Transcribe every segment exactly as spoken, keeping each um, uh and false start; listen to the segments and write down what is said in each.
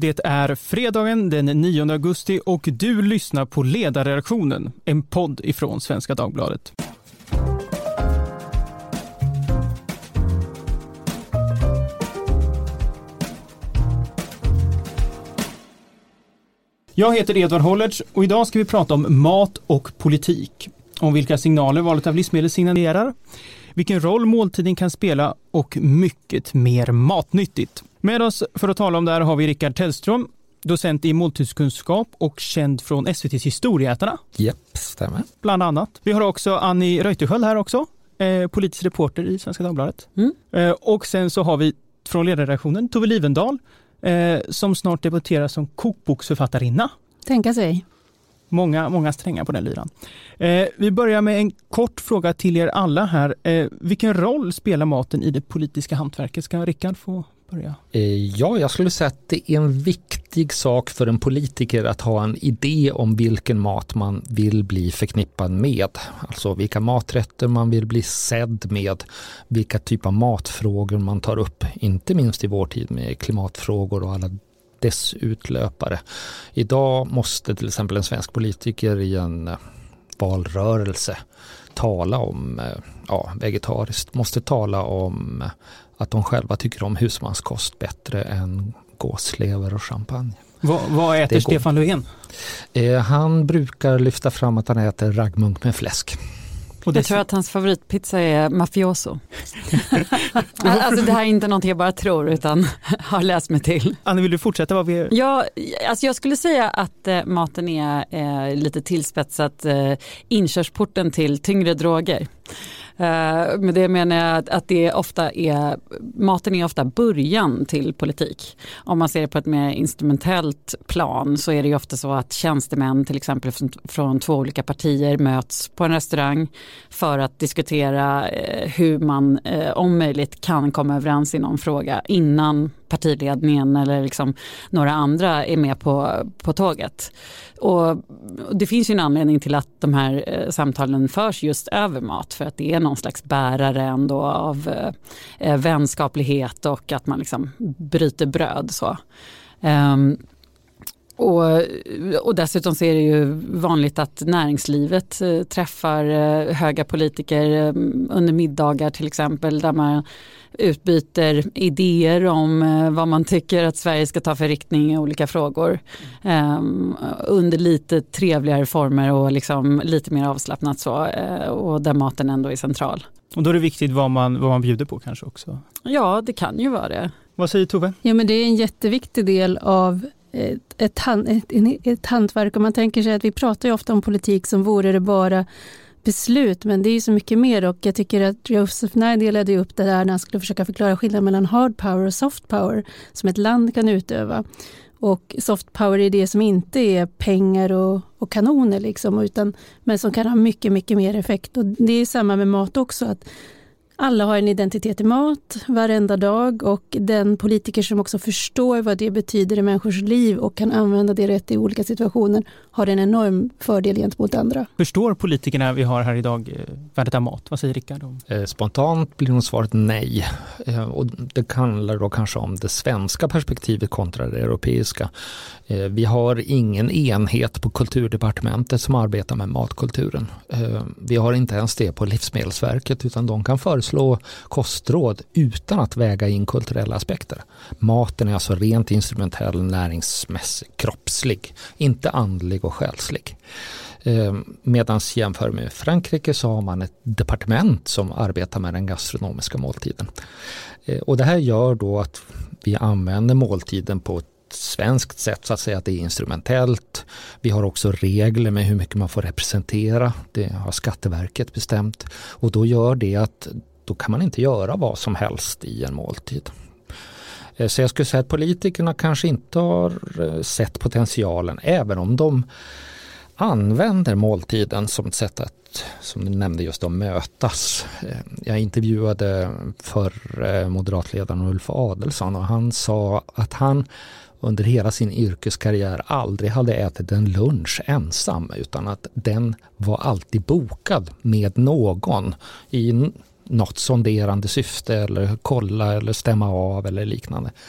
Det är fredagen den nionde augusti och du lyssnar på Ledarredaktionen, en podd ifrån Svenska Dagbladet. Jag heter Edvard Hollertz och idag ska vi prata om mat och politik. Om vilka signaler valet av livsmedel signalerar, vilken roll måltiden kan spela och mycket mer matnyttigt. Med oss för att tala om det här har vi Rickard Tellström, docent i måltidskunskap och känd från S V T:s Historieätarna. Japp, stämmer. Bland annat. Vi har också Annie Reuterskiöld här också, eh, politisk reporter i Svenska Dagbladet. Mm. Eh, och sen så har vi från ledarredaktionen Tove Livendal eh, som snart debuterar som kokboksförfattarinna. Tänka sig. Många, många strängar på den lyran. Eh, vi börjar med en kort fråga till er alla här. Eh, vilken roll spelar maten i det politiska hantverket? Ska Rickard få börja? Eh, ja, jag skulle säga att det är en viktig sak för en politiker att ha en idé om vilken mat man vill bli förknippad med. Alltså vilka maträtter man vill bli sedd med, vilka typer av matfrågor man tar upp. Inte minst i vår tid med klimatfrågor och alla dess utlöpare. Idag måste till exempel en svensk politiker i en valrörelse tala om ja, vegetariskt, måste tala om att de själva tycker om husmanskost bättre än gåslever och champagne. Vad, vad äter Stefan Löfven? Eh, han brukar lyfta fram att han äter raggmunk med fläsk. Och jag tror att hans favoritpizza är mafioso. Alltså det här är inte någonting jag bara tror utan har läst mig till. Anna, vill du fortsätta? Vad vi... Ja, alltså jag skulle säga att eh, maten är eh, lite tillspetsat eh, inkörsporten till tyngre droger. Uh, med det menar jag att, att det ofta är, maten är ofta början till politik. Om man ser det på ett mer instrumentellt plan så är det ju ofta så att tjänstemän till exempel från, från två olika partier möts på en restaurang för att diskutera uh, hur man uh, om möjligt kan komma överens i någon fråga innan partiledningen eller liksom några andra är med på, på tåget. Och det finns ju en anledning till att de här eh, samtalen förs just över mat, för att det är någon slags bärare ändå av eh, vänskaplighet och att man liksom bryter bröd så. Um, Och, och dessutom så är det ju vanligt att näringslivet eh, träffar eh, höga politiker eh, under middagar till exempel, där man utbyter idéer om eh, vad man tycker att Sverige ska ta för riktning i olika frågor eh, under lite trevligare former och liksom lite mer avslappnat så, eh, och där maten ändå är central. Och då är det viktigt vad man, vad man bjuder på kanske också. Ja, det kan ju vara det. Vad säger Tove? Ja, men det är en jätteviktig del av Ett, ett, hand, ett, ett hantverk. Och man tänker sig att vi pratar ju ofta om politik som vore det bara beslut, men det är ju så mycket mer, och jag tycker att Joseph Nye delade ju upp det där när han skulle försöka förklara skillnaden mellan hard power och soft power som ett land kan utöva. Och soft power är det som inte är pengar och, och kanoner liksom, utan, men som kan ha mycket, mycket mer effekt. Och det är samma med mat också, att alla har en identitet i mat varenda dag, och den politiker som också förstår vad det betyder i människors liv och kan använda det rätt i olika situationer har en enorm fördel gentemot andra. Förstår politikerna vi har här idag värdet av mat? Vad säger Rickard om? Spontant blir nog svaret nej. Och det handlar då kanske om det svenska perspektivet kontra det europeiska. Vi har ingen enhet på kulturdepartementet som arbetar med matkulturen. Vi har inte ens det på Livsmedelsverket, utan de kan föreslå kostråd utan att väga in kulturella aspekter. Maten är alltså rent instrumentell, näringsmässig, kroppslig, inte andlig och själslig. Medan jämför med Frankrike så har man ett departement som arbetar med den gastronomiska måltiden. Och det här gör då att vi använder måltiden på ett svenskt sätt, så att säga, att det är instrumentellt. Vi har också regler med hur mycket man får representera. Det har Skatteverket bestämt. Och då gör det att då kan man inte göra vad som helst i en måltid. Så jag skulle säga att politikerna kanske inte har sett potentialen, även om de använder måltiden som ett sätt att, som du nämnde, just att mötas. Jag intervjuade för moderatledaren Ulf Adelsohn, och han sa att han under hela sin yrkeskarriär aldrig hade ätit en lunch ensam, utan att den var alltid bokad med någon i något sonderande syfte, eller kolla eller stämma av eller liknande.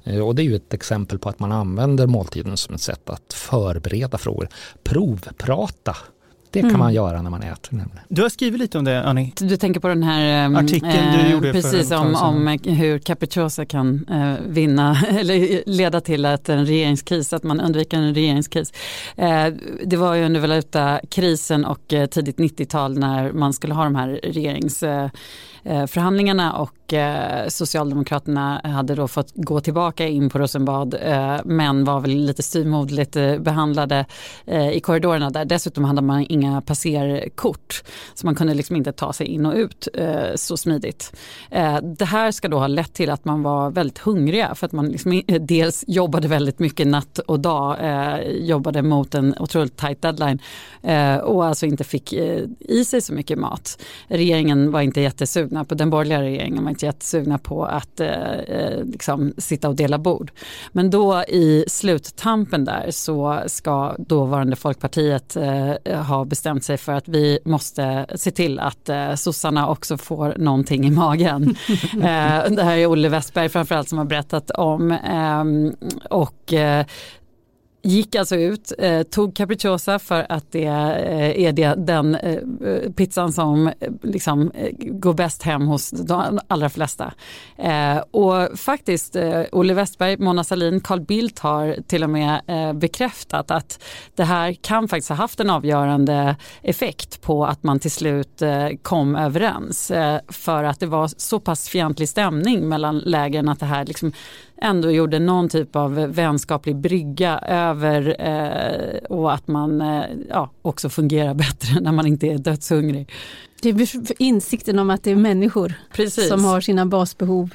Och det är ju ett exempel på att man använder måltiden som ett sätt att förbereda frågor. Provprata. Det kan mm. man göra när man äter. Du har skrivit lite om det, Annie. Du tänker på den här um, artikeln du gjorde precis för om, om hur capricciosa kan uh, vinna eller leda till att en regeringskris, att man undviker en regeringskris. Uh, det var ju under valutakrisen och uh, tidigt nittiotal när man skulle ha de här regeringsförhandlingarna uh, och uh, Socialdemokraterna hade då fått gå tillbaka in på Rosenbad uh, men var väl lite styvmoderligt uh, behandlade uh, i korridorerna där. Dessutom hade man inga passerkort så man kunde liksom inte ta sig in och ut uh, så smidigt. Uh, det här ska då ha lett till att man var väldigt hungriga för att man liksom dels jobbade väldigt mycket natt och dag, uh, jobbade mot en otroligt tight deadline uh, och alltså inte fick uh, i sig så mycket mat. Regeringen var inte jättesugna på, den borgerliga regeringen var inte jättesugna på att uh, liksom sitta och dela bord. Men då i sluttampen där så ska dåvarande Folkpartiet uh, ha bestämt sig för att vi måste se till att uh, sossarna också får någonting i magen. uh, det här är Olle Westberg framförallt som har berättat om um, och uh, gick alltså ut, eh, tog capricciosa för att det eh, är det, den eh, pizzan som eh, liksom, eh, går bäst hem hos de allra flesta. Eh, och faktiskt, eh, Olle Westberg, Mona Sahlin, Carl Bildt har till och med eh, bekräftat att det här kan faktiskt ha haft en avgörande effekt på att man till slut eh, kom överens. Eh, för att det var så pass fientlig stämning mellan lägren att det här liksom ändå gjorde någon typ av vänskaplig brygga över eh, och att man eh, ja, också fungerar bättre när man inte är dödshungrig. Det är insikten om att det är människor Precis. Som har sina basbehov.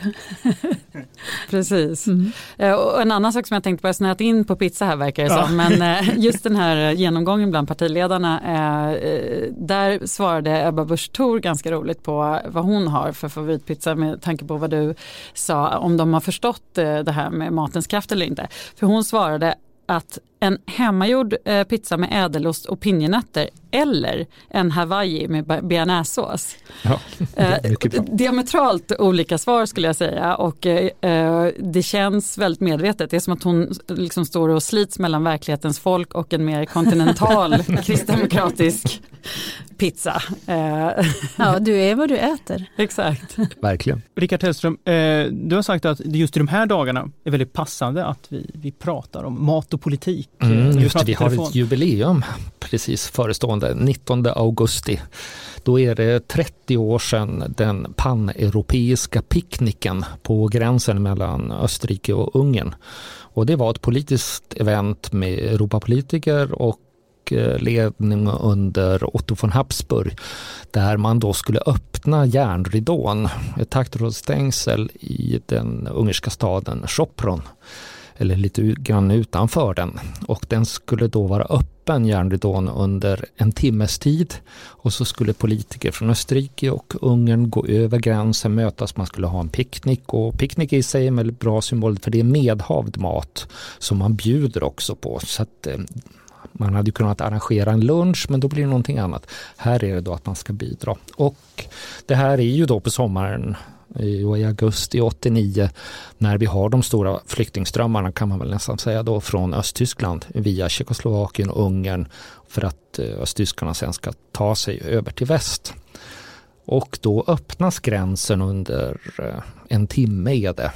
Precis. Mm. Eh, och en annan sak som jag tänkte på, jag snöat in på pizza här verkar det ja. som, men eh, just den här genomgången bland partiledarna, eh, där svarade Ebba Busch Thor ganska roligt på vad hon har för favoritpizza med tanke på vad du sa, om de har förstått eh, det här med matens kraft eller inte. För hon svarade att en hemmagjord eh, pizza med ädelost och pinjenötter eller en Hawaii med bearnaisesås. Ja, eh, diametralt olika svar skulle jag säga och eh, det känns väldigt medvetet. Det är som att hon liksom står och slits mellan verklighetens folk och en mer kontinental kristdemokratisk pizza. Eh. Ja, du är vad du äter. Exakt. Verkligen. Rickard Hellström, eh, du har sagt att just i de här dagarna är väldigt passande att vi, vi pratar om mat och politik. Mm, just det, vi har ett jubileum precis förestående, nittonde augusti. Då är det trettio år sedan den paneuropeiska picknicken på gränsen mellan Österrike och Ungern. Och det var ett politiskt event med Europapolitiker och ledning under Otto von Habsburg där man då skulle öppna järnridån, ett taggtrådsstängsel i den ungerska staden Sopron eller lite grann utanför den, och den skulle då vara öppen, järnridån, under en timmes tid, och så skulle politiker från Österrike och Ungern gå över gränsen, mötas, man skulle ha en picknick, och picknick i sig är en väldigt bra symbol för det är medhavd mat som man bjuder också på, så att eh, man hade kunnat arrangera en lunch, men då blir det någonting annat. Här är det då att man ska bidra, och det här är ju då på sommaren och i augusti åttionio när vi har de stora flyktingströmmarna, kan man väl nästan säga då, från Östtyskland via Tjeckoslovakien och Ungern för att östtyskarna sen ska ta sig över till väst. Och då öppnas gränsen under en timme är det.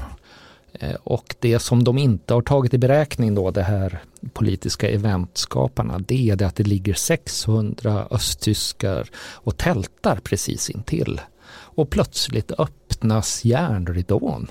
Och det som de inte har tagit i beräkning då, det här politiska eventskaparna, det är det att det ligger sexhundra östtyskar och tältar precis intill. Och plötsligt öppnas järnridån.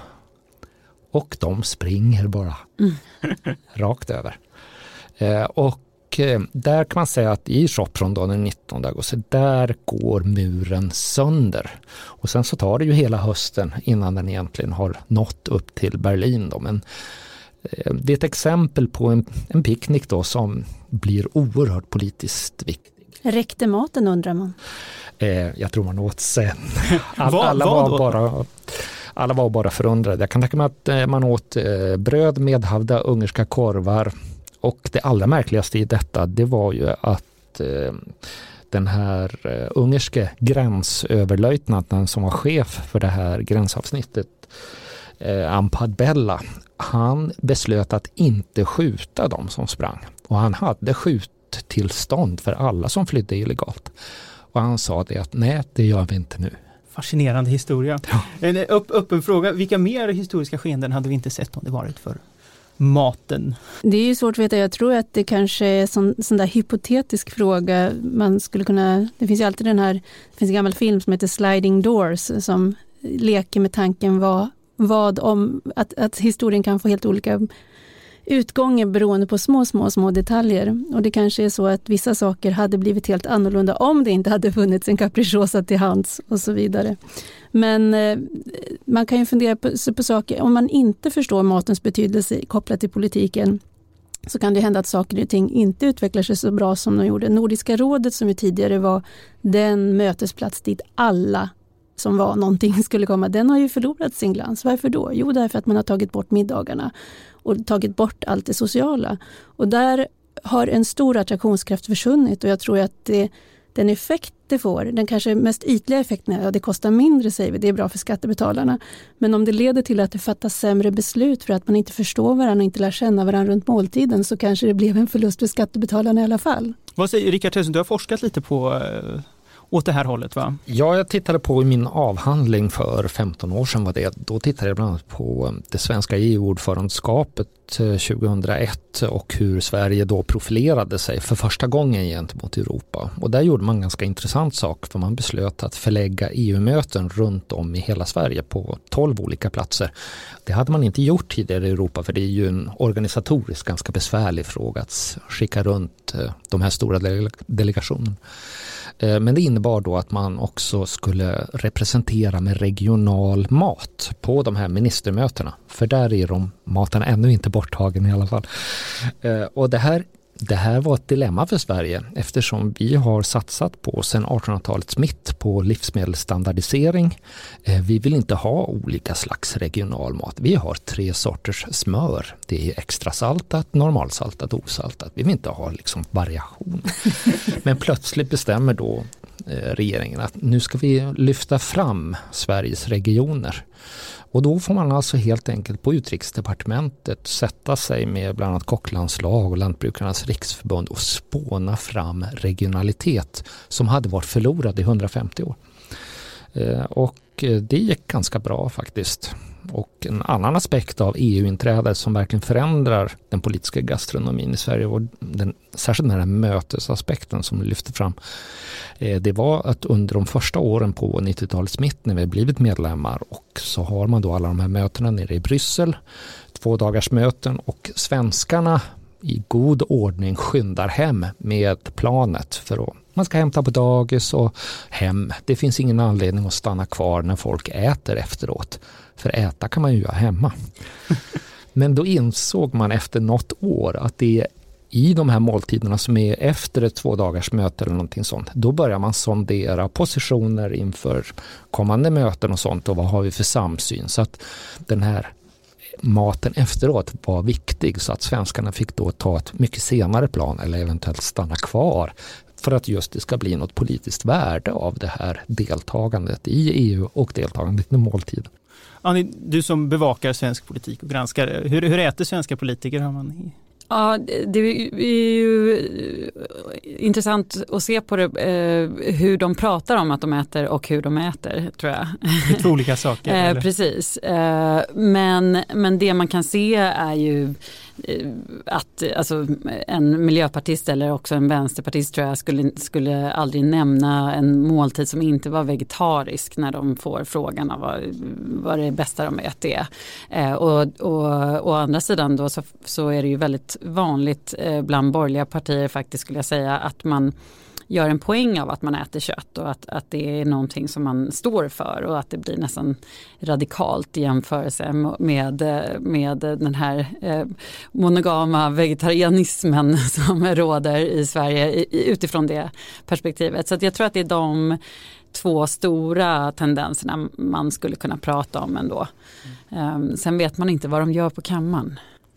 Och de springer bara mm. rakt över. Eh, och eh, där kan man säga att i Sopron då, den nittonde augusti, där går muren sönder. Och sen så tar det ju hela hösten innan den egentligen har nått upp till Berlin då. Men eh, det är ett exempel på en, en picknick då som blir oerhört politiskt viktig. Räckte maten, undrar man? Eh, jag tror man åt sen. All, alla, var bara, alla var bara förundrade. Jag kan tänka mig att eh, man åt eh, bröd, medhavda ungerska korvar, och det allra märkligaste i detta, det var ju att eh, den här eh, ungerske gränsöverlöjtnanten som var chef för det här gränsavsnittet eh, Ampad Bella, han beslöt att inte skjuta dem som sprang. Och han hade skjuttillstånd för alla som flydde illegalt. Och han sa det att nej, det gör vi inte nu. Fascinerande historia. Ja. En upp, öppen fråga, vilka mer historiska skeenden hade vi inte sett om det varit för maten? Det är ju svårt att veta. Jag tror att det kanske är en sån, sån där hypotetisk fråga. Man skulle kunna, det finns ju alltid den här, det finns en gammal film som heter Sliding Doors som leker med tanken vad, vad om att, att historien kan få helt olika utgången beroende på små, små, små detaljer. Och det kanske är så att vissa saker hade blivit helt annorlunda om det inte hade funnits en capricciosa till hands och så vidare. Men eh, man kan ju fundera på, på saker, om man inte förstår matens betydelse kopplat till politiken, så kan det hända att saker och ting inte utvecklar sig så bra som de gjorde. Nordiska rådet, som ju tidigare var den mötesplats dit alla som var någonting skulle komma, den har ju förlorat sin glans. Varför då? Jo, därför att man har tagit bort middagarna och tagit bort allt det sociala. Och där har en stor attraktionskraft försvunnit, och jag tror att det, den effekt det får, den kanske mest ytliga effekten är att det kostar mindre, säger vi, det är bra för skattebetalarna. Men om det leder till att det fattas sämre beslut för att man inte förstår varandra och inte lär känna varandra runt måltiden, så kanske det blev en förlust för skattebetalarna i alla fall. Vad säger Rickard Tellefsen? Du har forskat lite på eh, åt det här hållet, va? Ja, jag tittade på i min avhandling för femton år sedan var det. Då tittade jag bland annat på det svenska E U-ordförandeskapet tjugohundraett och hur Sverige då profilerade sig för första gången gentemot Europa. Och där gjorde man en ganska intressant sak, för man beslöt att förlägga E U-möten runt om i hela Sverige på tolv olika platser. Det hade man inte gjort tidigare i Europa, för det är ju en organisatoriskt ganska besvärlig fråga att skicka runt de här stora delegationerna. Men det innebar då att man också skulle representera med regional mat på de här ministermötena. För där är de maten ännu inte borttagen i alla fall. Och det här, det här var ett dilemma för Sverige, eftersom vi har satsat på sedan artonhundratalets mitt på livsmedelsstandardisering. Vi vill inte ha olika slags regional mat. Vi har tre sorters smör. Det är extra saltat, normalsaltat och osaltat. Vi vill inte ha liksom variation. Men plötsligt bestämmer då regeringen att nu ska vi lyfta fram Sveriges regioner. Och då får man alltså helt enkelt på Utrikesdepartementet sätta sig med bland annat Kocklandslag och Lantbrukarnas riksförbund och spåna fram regionalitet som hade varit förlorad i hundrafemtio år. Och det gick ganska bra faktiskt. Och en annan aspekt av E U-inträdet som verkligen förändrar den politiska gastronomin i Sverige var den, särskilt den här mötesaspekten som lyfter fram. Det var att under de första åren på nittiotalets mitt när vi blivit medlemmar, och så har man då alla de här mötena nere i Bryssel, två dagars möten, och svenskarna i god ordning skyndar hem med planet för att man ska hämta på dagis och hem. Det finns ingen anledning att stanna kvar när folk äter efteråt. För äta kan man ju göra hemma. Men då insåg man efter något år att det är i de här måltiderna som är efter ett två dagars möte eller någonting sånt, då börjar man sondera positioner inför kommande möten och sånt, och vad har vi för samsyn. Så att den här maten efteråt var viktig, så att svenskarna fick då ta ett mycket senare plan eller eventuellt stanna kvar för att just det ska bli något politiskt värde av det här deltagandet i E U och deltagandet i måltiden. Annie, du som bevakar svensk politik och granskar, hur, hur äter svenska politiker? Har man i... Ja, det är ju intressant att se på det, hur de pratar om att de äter och hur de äter, tror jag. Det är två olika saker. Eller? Precis. Men, men det man kan se är ju att alltså, en miljöpartist eller också en vänsterpartist, tror jag, skulle, skulle aldrig nämna en måltid som inte var vegetarisk när de får frågan av vad, vad det bästa de äter är. Och, och å andra sidan då så, så är det ju väldigt vanligt bland borgerliga partier faktiskt, skulle jag säga, att man gör en poäng av att man äter kött och att, att det är någonting som man står för, och att det blir nästan radikalt i jämförelse med, med den här eh, monogama vegetarianismen som råder i Sverige utifrån det perspektivet. Så att jag tror att det är de två stora tendenserna man skulle kunna prata om ändå. Mm. Um, sen vet man inte vad de gör på kammaren.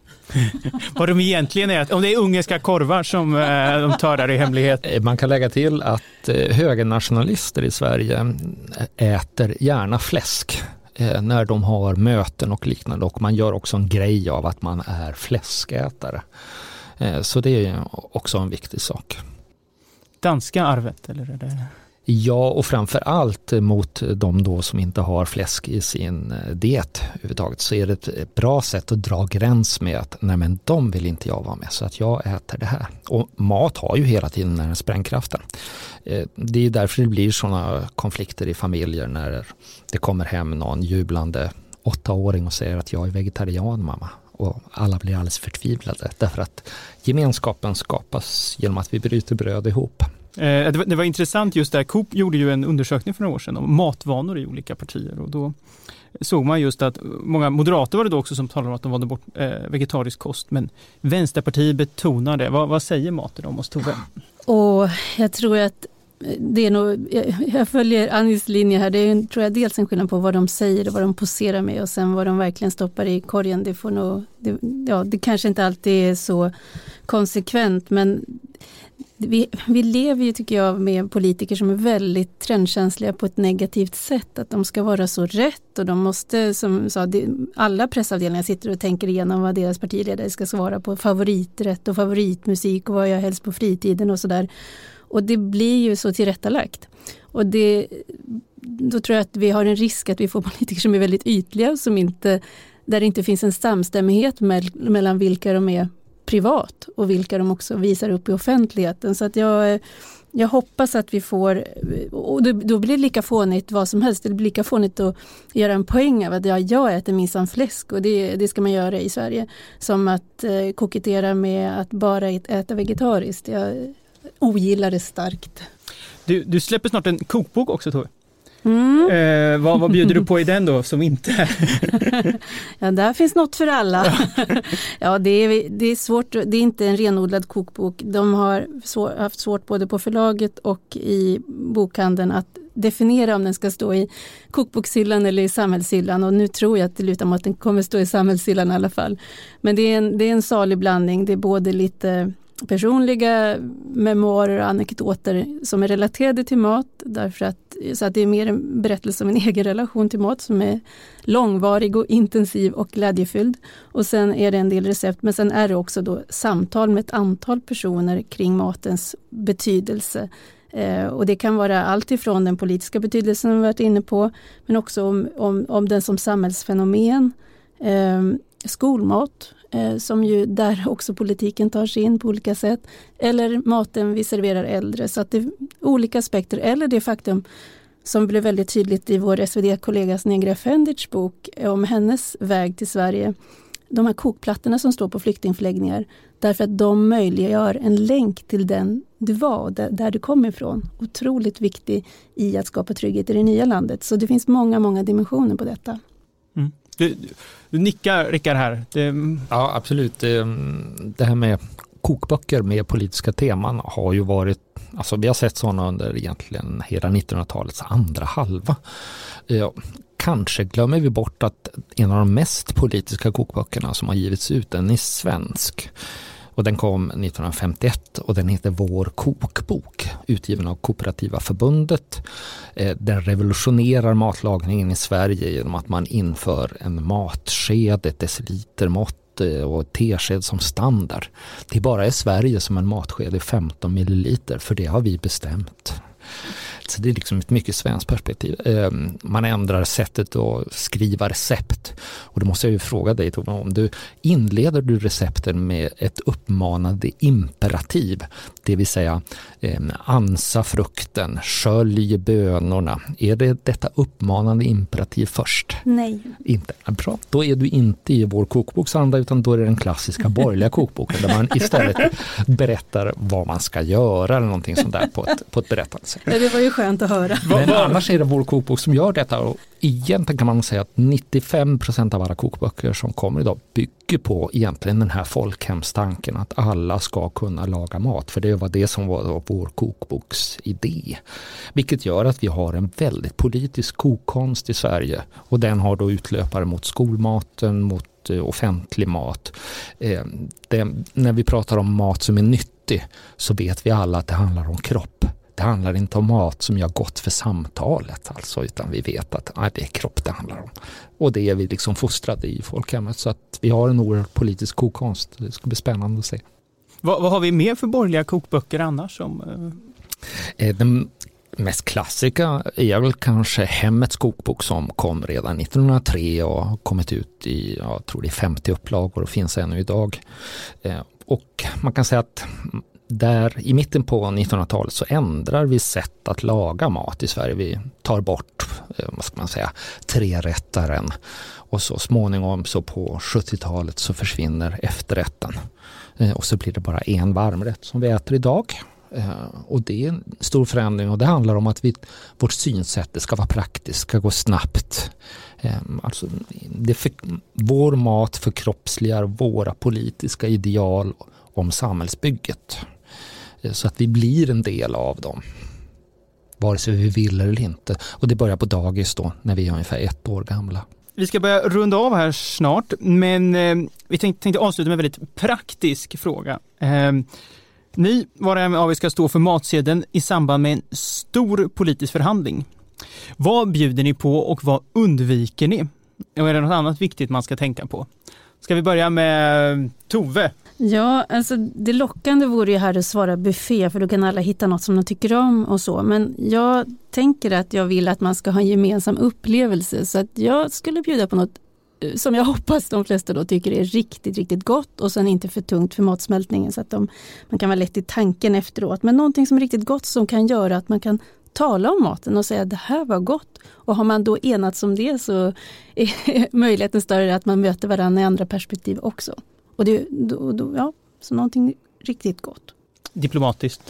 Vad de egentligen är, om det är ungerska korvar som eh, de tar där i hemlighet. Man kan lägga till att eh, högernationalister i Sverige äter gärna fläsk. eh, när de har möten och liknande, och man gör också en grej av att man är fläskätare. Eh, så det är också en viktig sak. Danska arvet, eller är det? Ja, och framför allt mot de då som inte har fläsk i sin diet överhuvudtaget, så är det ett bra sätt att dra gräns med att nej, men de vill inte jag vara med, så att jag äter det här. Och mat har ju hela tiden den här sprängkraften. Det är ju därför det blir sådana konflikter i familjer när det kommer hem någon jublande åttaåring och säger att jag är vegetarian, mamma. Och alla blir alldeles förtvivlade därför att gemenskapen skapas genom att vi bryter bröd ihop. Eh, det, var, det var intressant just där. Coop gjorde ju en undersökning för några år sedan om matvanor i olika partier, och då såg man just att många moderater var det då också som talade om att de valde bort eh, vegetarisk kost, men Vänsterpartiet betonar det. Vad, vad säger maten om oss, Tove? Och jag tror att det är nog, jag följer Annis linje här, det är tror jag dels en skillnad på vad de säger och vad de poserar med, och sen vad de verkligen stoppar i korgen. Det får nog, det, ja, det kanske inte alltid är så konsekvent, men vi, vi lever ju, tycker jag, med politiker som är väldigt trendkänsliga på ett negativt sätt, att de ska vara så rätt, och de måste, som sa, alla pressavdelningar sitter och tänker igenom vad deras partiledare ska svara på, favoriträtt och favoritmusik och vad jag helst på fritiden och sådär. Och det blir ju så tillrättalagt. Och det, då tror jag att vi har en risk att vi får politiker som är väldigt ytliga, som inte, där det inte finns en samstämmighet med, mellan vilka de är privat och vilka de också visar upp i offentligheten. Så att jag, jag hoppas att vi får, och då blir det lika fånigt vad som helst, det blir lika fånigt att göra en poäng av att jag, jag äter minsann fläsk, och det, det ska man göra i Sverige, som att eh, kokettera med att bara äta vegetariskt. Jag ogillar det starkt. Du, du släpper snart en kokbok också, Tove. Mm. Eh, vad, vad bjuder du på i den då som inte är? Ja, där finns något för alla. Ja, det är, det är svårt. Det är inte en renodlad kokbok. De har svår, haft svårt både på förlaget och i bokhandeln att definiera om den ska stå i kokbokshyllan eller i samhällshyllan, och nu tror jag att det lutar mot att den kommer stå i samhällshyllan i alla fall. Men det är en, det är en salig blandning. Det är både lite personliga memoarer och anekdoter som är relaterade till mat, därför att, så att det är mer en berättelse om en egen relation till mat som är långvarig och intensiv och glädjefylld. Och sen är det en del recept, men sen är det också då samtal med ett antal personer kring matens betydelse. Eh, och det kan vara allt ifrån den politiska betydelsen vi varit inne på, men också om, om, om den som samhällsfenomen, eh, skolmat, som ju där också politiken tar sig in på olika sätt, eller maten vi serverar äldre, så att det är olika aspekter, eller det faktum som blev väldigt tydligt i vår S V D-kollegas Negra Efendics bok om hennes väg till Sverige, de här kokplattorna som står på flyktingförläggningar, därför att de möjliggör en länk till den du var och där, där du kommer ifrån. Otroligt viktig i att skapa trygghet i det nya landet, så det finns många, många dimensioner på detta. Mm. Du, du nickar, Rickard, här. Det... Ja, absolut. Det här med kokböcker med politiska teman har ju varit, alltså vi har sett sådana under egentligen hela nittonhundratalets andra halva. Kanske glömmer vi bort att en av de mest politiska kokböckerna som har givits ut, den är svensk. Och den kom nittonhundrafemtioett och den heter Vår kokbok, utgiven av Kooperativa förbundet. Den revolutionerar matlagningen i Sverige genom att man inför en matsked, ett decilitermått och tesked som standard. Det är bara i Sverige som en matsked är femton milliliter, för det har vi bestämt. Så det är liksom ett mycket svenskt perspektiv. Man ändrar sättet att skriva recept. Och då måste jag ju fråga dig, Tove, om du inleder du recepten med ett uppmanande imperativ. Det vill säga eh, ansa frukten, skölj bönorna. Är det detta uppmanande imperativ först? Nej. Inte. Bra. Då är du inte i vår kokboksanda, utan då är det den klassiska borgerliga kokboken där man istället berättar vad man ska göra eller någonting sånt där på ett, på ett berättande sätt. Ja, det var ju skönt att höra. Men annars är det vår kokbok som gör detta, och egentligen kan man säga att nittiofem procent av alla kokböcker som kommer idag bygger på egentligen den här folkhemstanken att alla ska kunna laga mat, för det var det som var vår kokboks idé. Vilket gör att vi har en väldigt politisk kokkonst i Sverige, och den har då utlöpare mot skolmaten, mot offentlig mat. Eh, det, när vi pratar om mat som är nyttig så vet vi alla att det handlar om kropp. Det handlar inte om mat som gör gott för samtalet alltså, utan vi vet att nej, det är kropp det handlar om. Och det är vi liksom fostrade i folkhemmet, så att vi har en oerhört politisk kokkonst. Det ska bli spännande att se. Vad, vad har vi mer för borgerliga kokböcker annars? Som, eh... Den mest klassiska är väl kanske Hemmets kokbok som kom redan nittonhundratre och har kommit ut i, jag tror det är femtio upplagor och finns ännu idag. Eh, och man kan säga att där i mitten på nittonhundratalet så ändrar vi sätt att laga mat i Sverige. Vi tar bort, eh, vad ska man säga, trerättaren och så småningom så på sjuttiotalet så försvinner efterrätten. Eh, och så blir det bara en varmrätt som vi äter idag. Uh, och det är en stor förändring och det handlar om att vi, vårt synsätt det ska vara praktiskt, ska gå snabbt. Um, alltså, det för, vår mat förkroppsligar våra politiska ideal om samhällsbygget. Uh, så att vi blir en del av dem. Vare sig vi vill eller inte. Och det börjar på dagis då när vi är ungefär ett år gamla. Vi ska börja runda av här snart, men eh, vi tänkte, tänkte avsluta med en väldigt praktisk fråga. Eh, Ni, var och en av er ska stå för matsedeln i samband med en stor politisk förhandling. Vad bjuder ni på och vad undviker ni? Och är det något annat viktigt man ska tänka på? Ska vi börja med Tove? Ja, alltså det lockande vore ju här att svara buffé, för då kan alla hitta något som de tycker om och så. Men jag tänker att jag vill att man ska ha en gemensam upplevelse, så att jag skulle bjuda på något som jag hoppas de flesta då tycker är riktigt, riktigt gott och sen inte för tungt för matsmältningen, så att de, man kan vara lätt i tanken efteråt. Men någonting som är riktigt gott som kan göra att man kan tala om maten och säga att det här var gott. Och har man då enats om det så är möjligheten större att man möter varandra i andra perspektiv också. Och det, då, då, ja, så någonting riktigt gott. Diplomatiskt.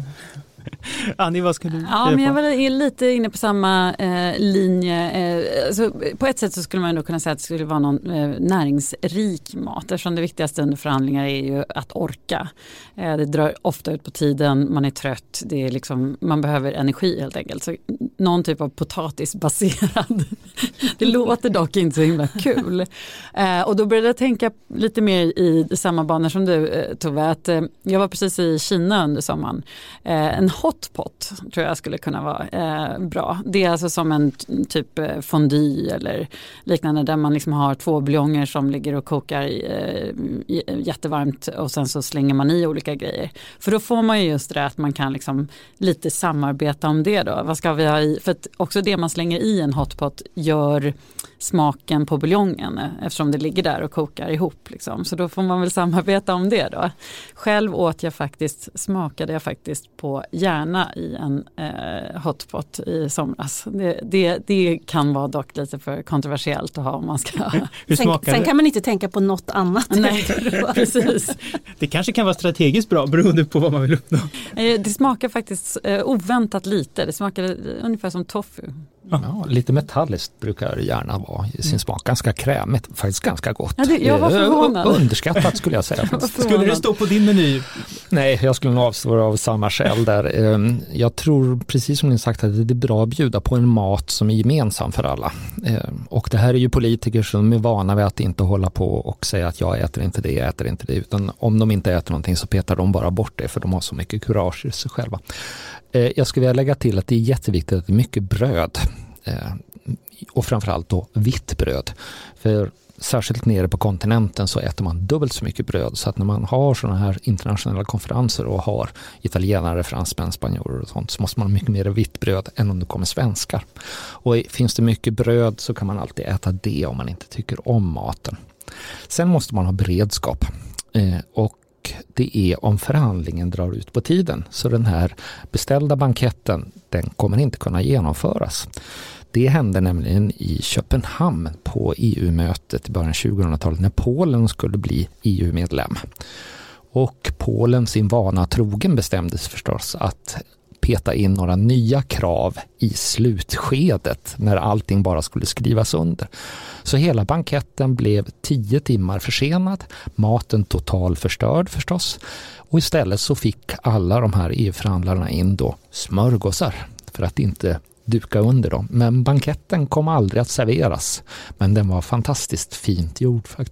Annie, vad ska du Ja, men jag var lite inne på samma eh, linje. Eh, alltså, på ett sätt så skulle man ändå kunna säga att det skulle vara någon eh, näringsrik mat. Eftersom det viktigaste under förhandlingar är ju att orka. Eh, det drar ofta ut på tiden, man är trött, det är liksom, man behöver energi helt enkelt. Så någon typ av potatisbaserad. Det låter dock inte så himla kul. Eh, och då började jag tänka lite mer i, i samma banor som du eh, Tove. Att, eh, jag var precis i Kina under sommaren. Eh, en hotpot tror jag skulle kunna vara eh, bra. Det är alltså som en typ eh, fondue eller liknande där man liksom har två buljonger som ligger och kokar eh, jättevarmt och sen så slänger man i olika grejer. För då får man ju just det att man kan liksom lite samarbeta om det då. Vad ska vi ha i? För att också det man slänger i en hotpot gör smaken på buljongen eftersom det ligger där och kokar ihop liksom. Så då får man väl samarbeta om det då. Själv åt jag faktiskt, smakade jag faktiskt på hjärna i en eh, hotpot i somras. Det, det, det kan vara dock lite för kontroversiellt att ha om man ska... Hur sen, smakar sen det? kan man inte tänka på något annat. Nej, precis. Det kanske kan vara strategiskt bra beroende på vad man vill uppnå. Det smakar faktiskt eh, oväntat lite. Det smakar ungefär som tofu. Ja, lite metalliskt brukar det gärna vara i sin smak. Ganska krämigt, faktiskt ganska gott. Ja, det, jag var förvånad. Underskattat skulle jag säga. Jag skulle det stå på din meny? Nej, jag skulle nog avstå av samma skäl där. Jag tror, precis som ni sagt, att det är bra att bjuda på en mat som är gemensam för alla. Och det här är ju politiker som är vana vid att inte hålla på och säga att jag äter inte det, jag äter inte det. Utan om de inte äter någonting så petar de bara bort det, för de har så mycket kurage i sig själva. Jag skulle vilja lägga till att det är jätteviktigt att det är mycket bröd. Och framförallt då vitt bröd. För särskilt nere på kontinenten så äter man dubbelt så mycket bröd. Så att när man har sådana här internationella konferenser och har italienare, fransmän, spanjorer och sånt, så måste man ha mycket mer vitt bröd än om det kommer svenskar. Och finns det mycket bröd så kan man alltid äta det om man inte tycker om maten. Sen måste man ha beredskap. Och det är om förhandlingen drar ut på tiden. Så den här beställda banketten, den kommer inte kunna genomföras. Det hände nämligen i Köpenhamn på E U-mötet i början av tjugohundratalet när Polen skulle bli E U-medlem. Och Polen sin vana trogen bestämdes förstås att peta in några nya krav i slutskedet när allting bara skulle skrivas under. Så hela banketten blev tio timmar försenad, maten total förstörd förstås, och istället så fick alla de här E U-förhandlarna in då smörgåsar för att inte duka under dem. Men banketten kom aldrig att serveras, men den var fantastiskt fint gjord faktiskt.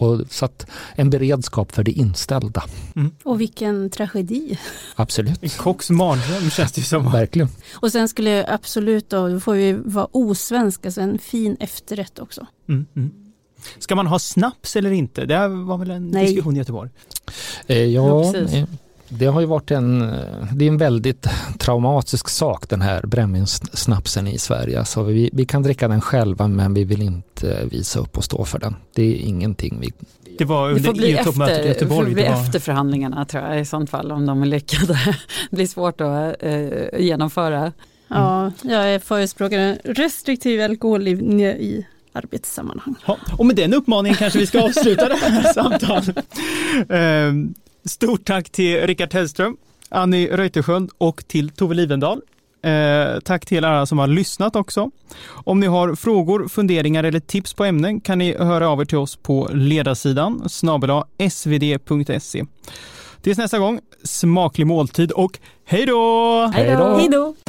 Och så att en beredskap för det inställda. Mm. Och vilken tragedi. Absolut. En kocks mardröm känns det som. Verkligen. Och sen skulle jag absolut då, då får vi vara osvenska, så en fin efterrätt också. Mm, mm. Ska man ha snaps eller inte? Det var väl en Nej. diskussion i Göteborg. Eh, ja, Ja, eh, det har ju varit en, det är en väldigt traumatisk sak, den här brännvinssnapsen i Sverige. Alltså vi, vi kan dricka den själva, men vi vill inte visa upp och stå för den. Det är ingenting vi... Det var Det får under bli, E U-toppmötet i efter, Göteborg. får bli Det var... efter förhandlingarna tror jag i sånt fall, om de är lyckade. Det blir svårt att eh, genomföra. Ja, jag är förespråkare en restriktiv alkohollinje i arbetssammanhang. Ja, och med den uppmaningen kanske vi ska avsluta det här samtalet. Ehm, Stort tack till Rickard Tellström, Annie Reuterskiöld och till Tove Livendal. Eh, tack till alla som har lyssnat också. Om ni har frågor, funderingar eller tips på ämnen kan ni höra av er till oss på ledarsidan snabel-a s v d punkt se. Tills nästa gång, smaklig måltid och hej då! Hej då! Hej då!